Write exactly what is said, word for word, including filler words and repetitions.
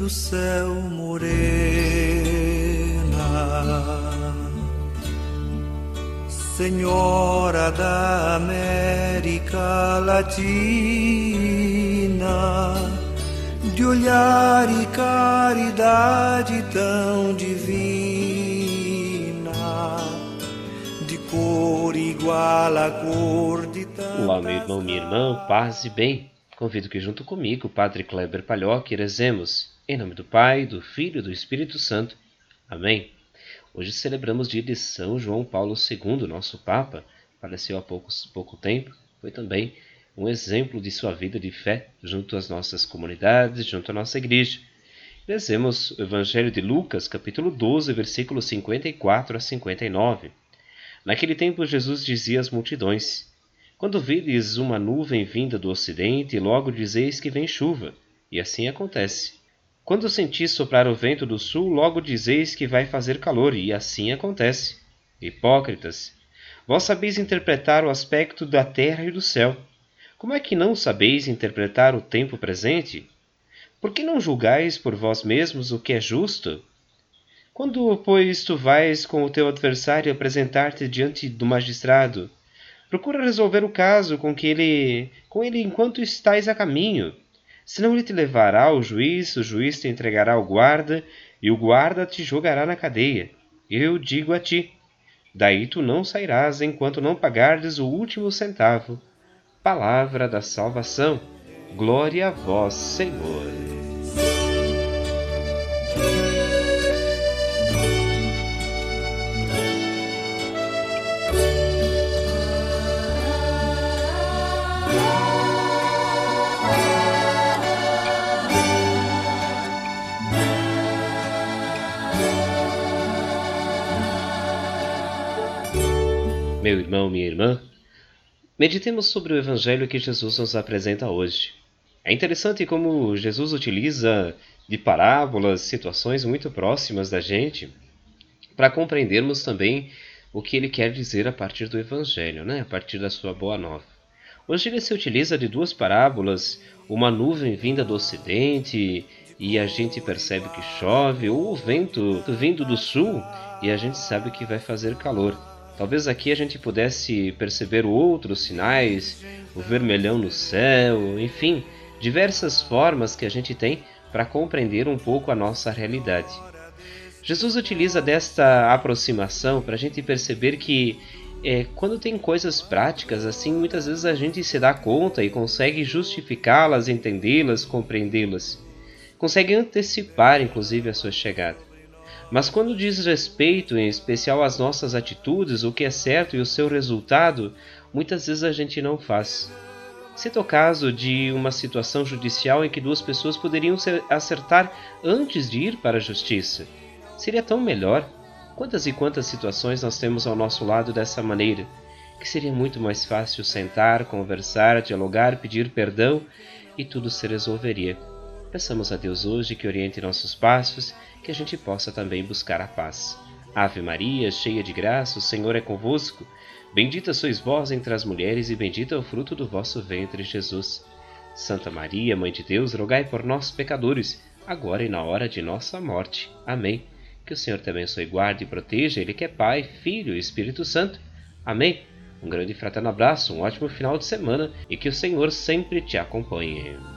do céu morena, Senhora da América Latina, de olhar e caridade tão divina, de cor igual à cor de tantas... Olá, meu irmão, minha irmã, paz e bem. Convido que junto comigo, Padre Kleber Palhoque, rezemos. Em nome do Pai, do Filho e do Espírito Santo. Amém. Hoje celebramos o dia de São João Paulo segundo, nosso Papa. Faleceu há pouco, pouco tempo. Foi também um exemplo de sua vida de fé junto às nossas comunidades, junto à nossa igreja. Rezemos o Evangelho de Lucas, capítulo doze, versículos cinquenta e quatro a cinquenta e nove. Naquele tempo Jesus dizia às multidões: quando vides uma nuvem vinda do ocidente, logo dizeis que vem chuva, e assim acontece. Quando sentis soprar o vento do sul, logo dizeis que vai fazer calor, e assim acontece. Hipócritas, vós sabeis interpretar o aspecto da terra e do céu. Como é que não sabeis interpretar o tempo presente? Por que não julgais por vós mesmos o que é justo? Quando, pois, tu vais com o teu adversário apresentar-te diante do magistrado, procura resolver o caso com, que ele, com ele enquanto estás a caminho. Senão ele te levará ao juiz, o juiz te entregará ao guarda, e o guarda te jogará na cadeia. Eu digo a ti, daí tu não sairás enquanto não pagardes o último centavo. Palavra da salvação. Glória a vós, Senhor. Meu irmão, minha irmã, meditemos sobre o Evangelho que Jesus nos apresenta hoje. É interessante como Jesus utiliza de parábolas, situações muito próximas da gente, para compreendermos também o que ele quer dizer a partir do Evangelho, né? A partir da sua boa nova. Hoje ele se utiliza de duas parábolas, uma nuvem vinda do ocidente e a gente percebe que chove, ou o vento vindo do sul e a gente sabe que vai fazer calor. Talvez aqui a gente pudesse perceber outros sinais, o vermelhão no céu, enfim, diversas formas que a gente tem para compreender um pouco a nossa realidade. Jesus utiliza desta aproximação para a gente perceber que é, quando tem coisas práticas assim, muitas vezes a gente se dá conta e consegue justificá-las, entendê-las, compreendê-las. Consegue antecipar, inclusive, a sua chegada. Mas quando diz respeito, em especial às nossas atitudes, o que é certo e o seu resultado, muitas vezes a gente não faz. Cito o caso de uma situação judicial em que duas pessoas poderiam se acertar antes de ir para a justiça. Seria tão melhor. Quantas e quantas situações nós temos ao nosso lado dessa maneira, que seria muito mais fácil sentar, conversar, dialogar, pedir perdão e tudo se resolveria. Peçamos a Deus hoje que oriente nossos passos, que a gente possa também buscar a paz. Ave Maria, cheia de graça, o Senhor é convosco. Bendita sois vós entre as mulheres e bendito é o fruto do vosso ventre, Jesus. Santa Maria, Mãe de Deus, rogai por nós, pecadores, agora e na hora de nossa morte. Amém. Que o Senhor te abençoe, guarde e proteja, Ele que é Pai, Filho e Espírito Santo. Amém. Um grande e fraterno abraço, um ótimo final de semana e que o Senhor sempre te acompanhe.